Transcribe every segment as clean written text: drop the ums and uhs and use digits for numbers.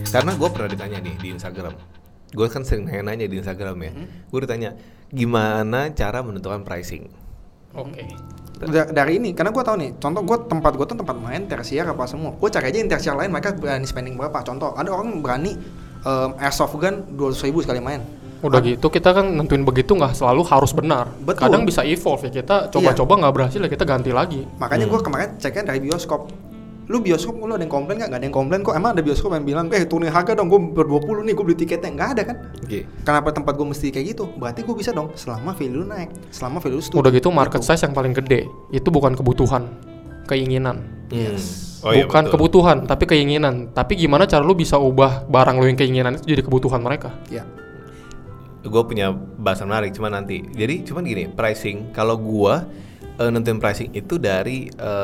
Karena gue pernah ditanya nih di Instagram. Gue kan sering nanya di Instagram ya. Gue ditanya gimana cara menentukan pricing. Oke. Dari ini, karena gue tahu nih, contoh tempat gue tuh tempat main tersier apa semua. Gue cari aja yang tersier lain mereka berani spending berapa. Contoh, ada orang berani airsoft gun 200.000 sekali main. Udah gitu kita kan nentuin begitu nggak selalu harus benar. Betul. Kadang bisa evolve ya, kita coba-coba nggak berhasil ya kita ganti lagi. Makanya gue kemarin ceknya dari bioskop. Lu bioskop lu ada yang komplain nggak? Nggak ada yang komplain kok. Emang ada bioskop yang bilang, turunin harga dong, gue ber-20 nih, gue beli tiketnya. Nggak ada kan? Kenapa tempat gue mesti kayak gitu? Berarti gue bisa dong selama value naik, selama value setuju. Udah gitu market size yang paling gede itu bukan kebutuhan, keinginan. Bukan betul. kebutuhan tapi keinginan. Tapi gimana cara lu bisa ubah barang lu yang keinginan itu jadi kebutuhan mereka? Iya. Gue punya bahasan menarik cuman nanti. Jadi cuman gini, pricing kalau gue nentuin pricing itu dari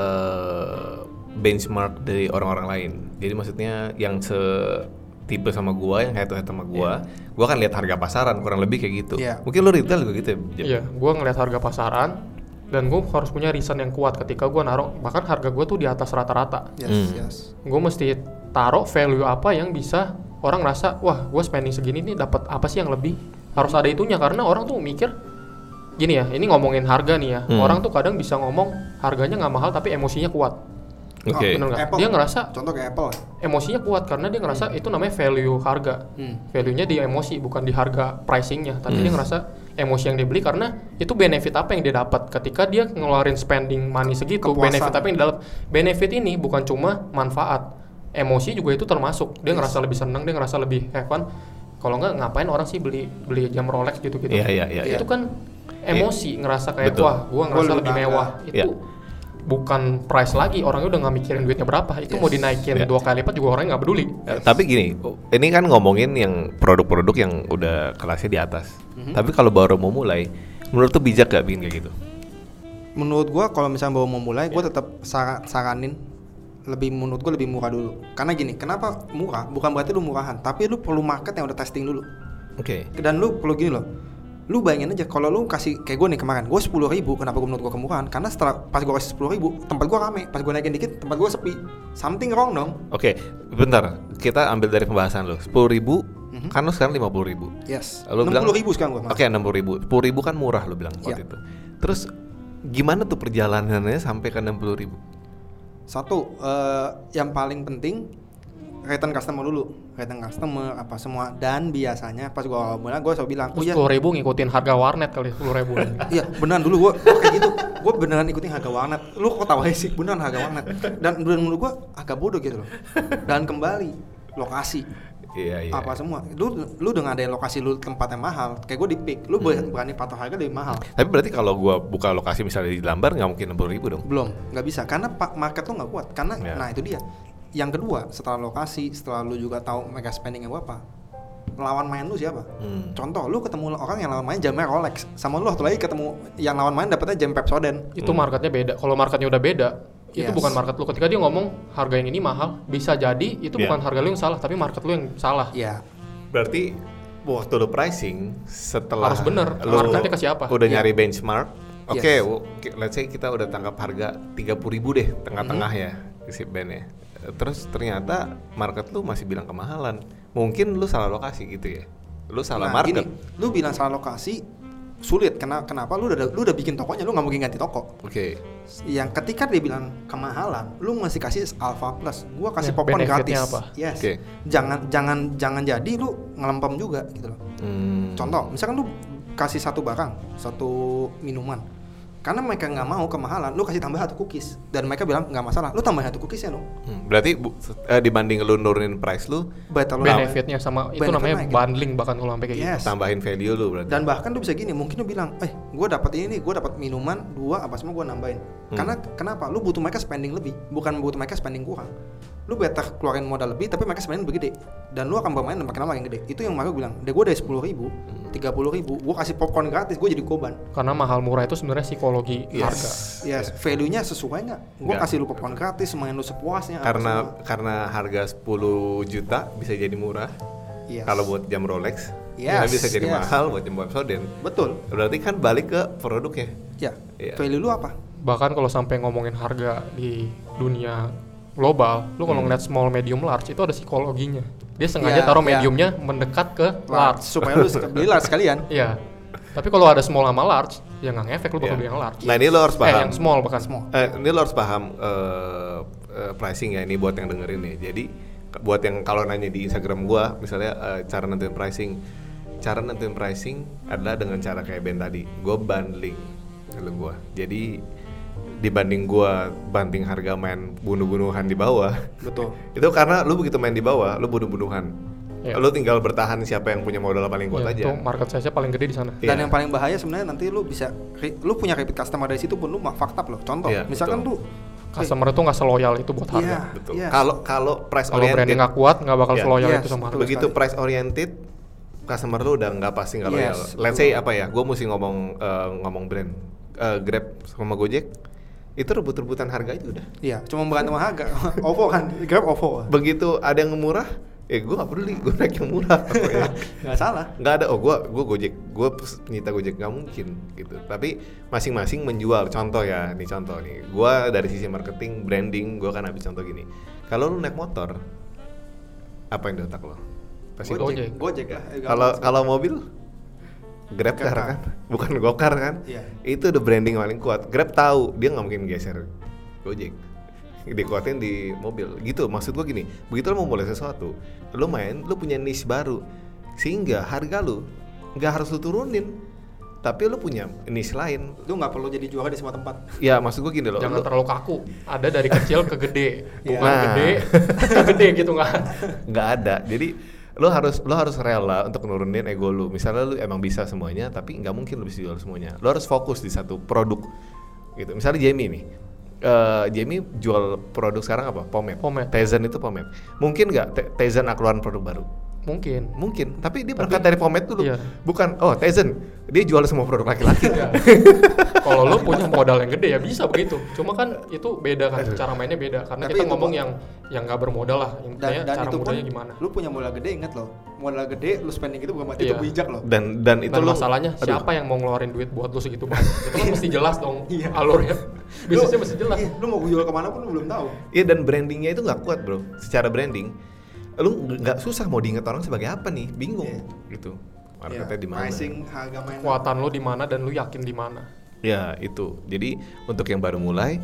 benchmark dari orang-orang lain. Jadi maksudnya yang tipe sama gue, yang head to head sama gue kan lihat harga pasaran kurang lebih kayak gitu. Mungkin lo retail juga gitu ya? Iya, gue ngelihat harga pasaran dan gue harus punya reason yang kuat ketika gue naruh, bahkan harga gue tuh di atas rata-rata. Gue mesti taruh value apa yang bisa orang rasa, wah gue spending segini nih dapat apa sih yang lebih. Harus ada itunya, karena orang tuh mikir gini ya, ini ngomongin harga nih ya. Orang tuh kadang bisa ngomong harganya nggak mahal tapi emosinya kuat. Bener nggak? Dia ngerasa, contoh kayak Apple, emosinya kuat karena dia ngerasa itu namanya value harga. Value-nya di emosi, bukan di harga pricing-nya. Tapi dia ngerasa emosi yang dia beli karena itu benefit apa yang dia dapat ketika dia ngeluarin spending money segitu. Kepuasan. Benefit apa yang dia dapat? Benefit ini bukan cuma manfaat, emosi juga itu termasuk. Dia ngerasa lebih senang, dia ngerasa lebih have fun. Kalau nggak, ngapain orang sih beli jam Rolex gitu-gitu? Itu kan emosi, ngerasa kayak wah, gua ngerasa lebih mewah. Itu bukan price lagi, orangnya udah nggak mikirin duitnya berapa. Itu mau dinaikin 2 kali lipat juga orangnya nggak peduli. Tapi gini, ini kan ngomongin yang produk-produk yang udah kelasnya di atas. Tapi kalau baru mau mulai, menurut tuh bijak gak bikin kayak gitu? Menurut gue kalau misalnya baru mau mulai, gue tetap saranin menurut gue lebih murah dulu. Karena gini, kenapa murah? Bukan berarti lu murahan, tapi lu perlu market yang udah testing dulu. Dan lu perlu gini loh, lu bayangin aja kalau lu kasih kayak gue nih kemarin, gue 10.000, kenapa gue menurut gue kemurahan? Karena setelah pas gue kasih 10.000, tempat gue rame, pas gue naikin dikit, tempat gue sepi. Something wrong dong. Bentar, kita ambil dari pembahasan lu. 10.000, kan lu sekarang 50.000. Lu 60.000 sekarang gue. 60.000. 10.000 kan murah lu bilang waktu itu. Terus gimana tuh perjalanannya sampai ke 60.000? Satu, yang paling penting return customer dulu, return customer apa semua. Dan biasanya pas gue mulai, gue selalu bilang 10.000 ngikutin harga warnet kali 10.000. Iya beneran dulu gue kayak gitu, gue beneran ikutin harga warnet. Lu kok tahu sih, beneran harga warnet. Dan menurut gue agak bodoh gitu loh. Dan kembali lokasi. Apa semua, lu dengan ada lokasi lu tempat yang mahal, kayak gue di Peak, lu berani patok harga lebih mahal. Tapi berarti kalau gue buka lokasi misalnya di Lambar nggak mungkin 60.000 dong? Belum, nggak bisa, karena market lu nggak kuat. Karena nah itu dia. Yang kedua, setelah lokasi, setelah lu juga tahu mereka spendingnya berapa, lawan main lu siapa? Contoh, lu ketemu orang yang lawan main jamnya Rolex, sama lu waktu lagi ketemu yang lawan main dapetnya jam Pepsodent. Itu marketnya beda. Kalau marketnya udah beda, itu bukan market lu. Ketika dia ngomong harga yang ini mahal, bisa jadi itu bukan harga lu yang salah, tapi market lu yang salah. Berarti waktu lu pricing setelah harus bener, marketnya ke siapa? Udah nyari benchmark. Let's say kita udah tangkap harga 30.000 deh, tengah-tengah ya si bandnya. Terus ternyata market lu masih bilang kemahalan. Mungkin lu salah lokasi gitu ya. Lu salah market. Gini, lu bilang salah lokasi sulit. Kenapa? Lu udah bikin tokonya, lu nggak mungkin ganti toko. Yang ketika dia bilang kemahalan, lu masih kasih Alpha Plus. Gua kasih popcorn gratis. Apa? Jangan jadi lu ngelempem juga gitu loh. Contoh, misalkan lu kasih satu barang, satu minuman. Karena mereka nggak mau kemahalan, lu kasih tambah 1 cookies dan mereka bilang nggak masalah, lu tambah 1 cookies ya lo. Berarti dibanding lu nurunin price lu, benefitnya sama itu namanya bundling, bahkan kalau sampai kayak gitu. Tambahin value lu berarti. Dan bahkan lu bisa gini, mungkin lu bilang, gue dapat ini nih, gue dapat minuman 2 apa semua gue nambahin. Karena kenapa? Lu butuh mereka spending lebih, bukan butuh mereka spending kurang. Lu better keluarin modal lebih, tapi mereka spending lebih gede, dan lu akan bermain makin lama makin gede. Itu yang mereka bilang, deh gue dari 10.000, 30.000, gue kasih popcorn gratis, gue jadi koban. Karena mahal murah itu sebenarnya psikologi harga. Value-nya sesuai nggak? Gue kasih lu popcorn gratis, main lu sepuasnya. Karena harga 10 juta bisa jadi murah. Kalau buat jam Rolex, bisa jadi mahal buat jam Pepsodent. Betul. Berarti kan balik ke produknya. Value lu apa? Bahkan kalau sampai ngomongin harga di dunia global, lu kalau ngeliat small, medium, large itu ada psikologinya. Dia sengaja taruh mediumnya mendekat ke large supaya lu beli large sekalian. Iya. Tapi kalau ada small sama large, ya nggak ngefek lu bakal beli yang large. Nah ini lo harus paham. Yang small bahkan small. Ini lo harus paham pricing ya, ini buat yang dengerin nih. Jadi buat yang kalau nanya di Instagram gua, misalnya cara nentuin pricing adalah dengan cara kayak Ben tadi. Gua bundling kalau gua. Jadi dibanding gua banting harga main bunuh-bunuhan di bawah. Betul. Itu karena lu begitu main di bawah, lu bunuh-bunuhan. Lu tinggal bertahan siapa yang punya modal paling kuat aja. Itu market size-nya paling gede di sana. Dan yang paling bahaya sebenarnya nanti lu bisa lu punya repeat customer dari situ pun lu fucked up loh. Contoh, misalkan lu customer itu nggak seloyal itu buat harga. Betul. Kalau price oriented, kalau branding nggak kuat nggak bakal seloyal itu sama harga. Begitu price oriented, customer lu udah nggak pasti nggak loyal. Let's say apa ya? Gue mesti ngomong brand, Grab sama Gojek. Itu rebut-rebutan harga itu udah. Iya, cuma berantem sama harga. OVO kan, Grab OVO. Begitu ada yang murah, gue nggak peduli, gue naik yang murah. Nggak salah. Nggak ada, gue Gojek, gue nyita Gojek, nggak mungkin gitu. Tapi masing-masing menjual. Contoh nih, gue dari sisi marketing, branding, gue kan habis contoh gini. Kalau lu naik motor, apa yang di otak lo? Pasti Gojek lah. Kalau mobil? Grab kan, bukan Gokar kan? Itu udah branding paling kuat. Grab tahu dia nggak mungkin geser Gojek, dikuatin di mobil. Gitu, maksud gua gini. Begitu lo mau mulai sesuatu, lo punya niche baru, sehingga harga lo nggak harus lo turunin, tapi lo punya niche lain. Lo nggak perlu jadi juara di semua tempat. Ya, maksud gua gini loh. Jangan terlalu kaku. Ada dari kecil ke gede, bukan gede ke gede gitu nggak ada. Jadi lo harus rela untuk nurunin ego lo. Misalnya lo emang bisa semuanya, tapi nggak mungkin lo bisa jual semuanya. Lo harus fokus di satu produk gitu. Misalnya Jamie nih, Jamie jual produk sekarang apa? Pomade. Tizen itu pomade. Mungkin nggak Tizen keluaran produk baru? Mungkin. Tapi dia berangkat dari pomade dulu. Iya. Bukan, Tizen dia jual semua produk laki-laki. Iya. Kalau lo punya modal yang gede ya bisa begitu. Cuma kan itu beda kan, cara mainnya beda. Karena tapi kita ngomong yang nggak bermodal lah. Dan cara itu modalnya pun, gimana? Lu punya modal gede, ingat lo. Modal gede, lu spending itu bukan berarti itu bijak loh. Dan itu masalahnya siapa yang mau ngeluarin duit buat lu segitu banyak? Itu kan mesti jelas dong alurnya. Bisnisnya mesti jelas. Lu mau jual kemana pun lu belum tahu. Iya, dan brandingnya itu nggak kuat bro. Secara branding lu nggak susah mau diingat orang sebagai apa nih, bingung gitu. Marketnya di mana? Pricing, harga main. Kekuatan lu di mana dan lu yakin di mana? Ya itu. Jadi untuk yang baru mulai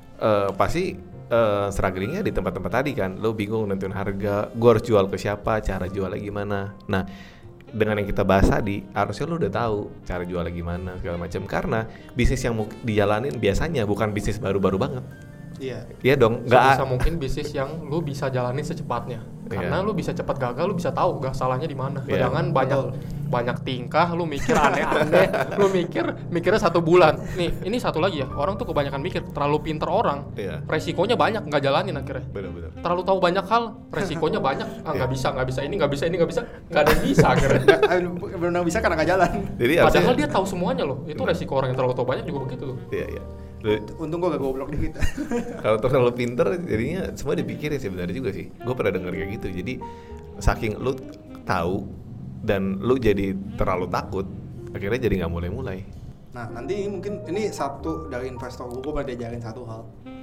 pasti strugglingnya di tempat-tempat tadi kan. Lu bingung nentuin harga, gua harus jual ke siapa, cara jualnya gimana. Nah, dengan yang kita bahas tadi, harusnya lu udah tahu cara jualnya gimana segala macam. Karena bisnis yang mau dijalanin biasanya bukan bisnis baru-baru banget. Iya dong, nggak bisa mungkin bisnis yang lu bisa jalanin secepatnya. Karena lu bisa cepat gagal, lu bisa tahu gak salahnya di mana. Jangan banyak tingkah, lu mikir aneh-aneh, lu mikirnya 1 bulan. Nih, ini satu lagi ya, orang tuh kebanyakan mikir, terlalu pinter orang, resikonya banyak, nggak jalanin akhirnya. Bener. Terlalu tahu banyak hal, resikonya banyak, nggak bisa, ini nggak bisa, nggak ada yang bisa akhirnya. Benar bisa karena nggak jalan. Jadi padahal dia tahu semuanya loh, itu resiko orang yang terlalu tahu banyak juga begitu loh. Iya. Untung gue gak goblok dikit. Kalau terlalu pinter jadinya semua dipikirin sih, benar juga sih. Gue pernah denger kayak gitu. Jadi saking lu tahu dan lu jadi terlalu takut, akhirnya jadi nggak mulai. Nah nanti mungkin ini satu dari investor gue pernah diajarin satu hal.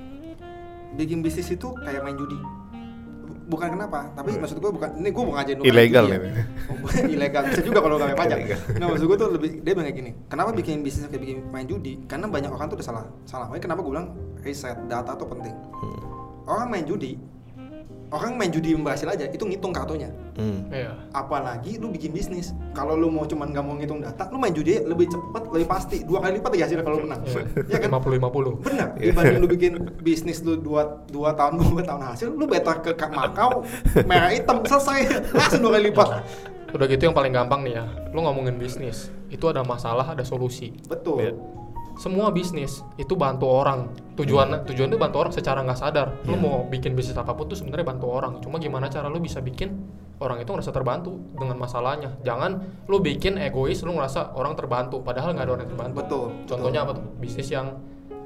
Bikin bisnis itu kayak main judi. Bukan kenapa, tapi maksud gue bukan, ini gue mau ngajarin lu ilegal ya. Ilegal, bisa juga kalau gak pajak. Nah maksud gue tuh lebih, dia bilang kayak gini, kenapa bikin bisnis kayak bikin main judi? Karena banyak orang tuh udah salah. Makanya kenapa gue bilang riset, data tuh penting. Orang main judi berhasil aja, itu ngitung kartunya. Apalagi lu bikin bisnis, kalau lu mau cuman gak mau ngitung data, lu main judi lebih cepet, lebih pasti, 2 kali lipat ya hasilnya kalau menang. Ya kan? 50-50. Benar, dibanding lu bikin bisnis lu 2 tahun hasil, lu better ke Makau, merah hitam, selesai, langsung 2 kali lipat. Udah gitu yang paling gampang nih ya, lu ngomongin bisnis, itu ada masalah, ada solusi. Betul. Semua bisnis itu bantu orang. Tujuannya itu bantu orang secara nggak sadar. Lu mau bikin bisnis apapun tuh sebenarnya bantu orang. Cuma gimana cara lu bisa bikin orang itu ngerasa terbantu dengan masalahnya. Jangan lu bikin egois, lu ngerasa orang terbantu padahal nggak ada orang yang terbantu. Betul. Contohnya apa tuh? Bisnis yang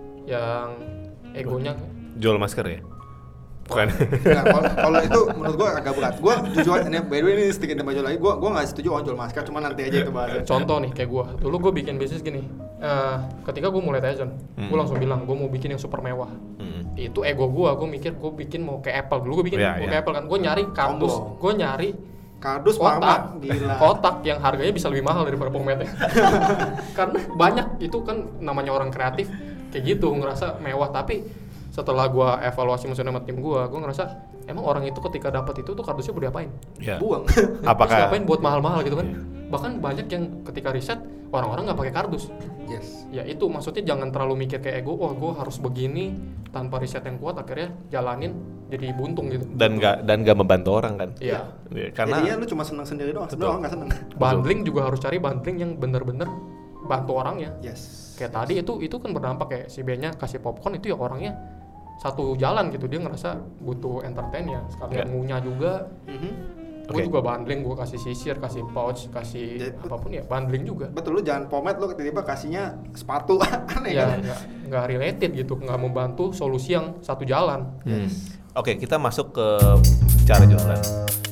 egonya jual masker ya? Bukan. Nah, kalau itu menurut gue agak berat. Gue jujur, by the way ini sedikit baju lagi. Gue nggak setuju orang jual masker. Cuma nanti aja itu bahas. Contoh nih kayak gue. Dulu gue bikin bisnis gini. Ketika gue mulai Tizen, gue langsung bilang gue mau bikin yang super mewah. Itu ego gue mikir gue bikin mau kayak Apple. Dulu gue bikin mau kayak Apple kan. Gue nyari kardus, gue nyari kardus kotak yang harganya bisa lebih mahal daripada pomade-nya. Karena banyak itu kan namanya orang kreatif kayak gitu ngerasa mewah, tapi setelah gue evaluasi mesin sama tim gue ngerasa emang orang itu ketika dapat itu tuh kardusnya mau diapain? Buang. Apakah diapain buat mahal-mahal gitu kan? Bahkan banyak yang ketika riset orang-orang nggak pakai kardus. Ya itu maksudnya jangan terlalu mikir kayak ego, gue harus begini tanpa riset yang kuat, akhirnya jalanin jadi buntung gitu. Dan nggak membantu orang kan? Iya. Karena lu cuma senang sendiri doang, sebenarnya orang nggak senang. Bundling juga harus cari bundling yang bener-bener bantu orangnya. Kayak tadi itu kan berdampak, kayak si B-nya kasih popcorn itu ya orangnya satu jalan gitu, dia ngerasa butuh entertain ya, sekalian ngunyah juga. Gue juga bundling, gue kasih sisir, kasih pouch, kasih apapun ya bundling juga. Betul, lu jangan pomade lu tiba-tiba kasihnya sepatu aneh ya, kan? Nggak related gitu, nggak membantu solusi yang satu jalan. Oke, kita masuk ke cara jualan.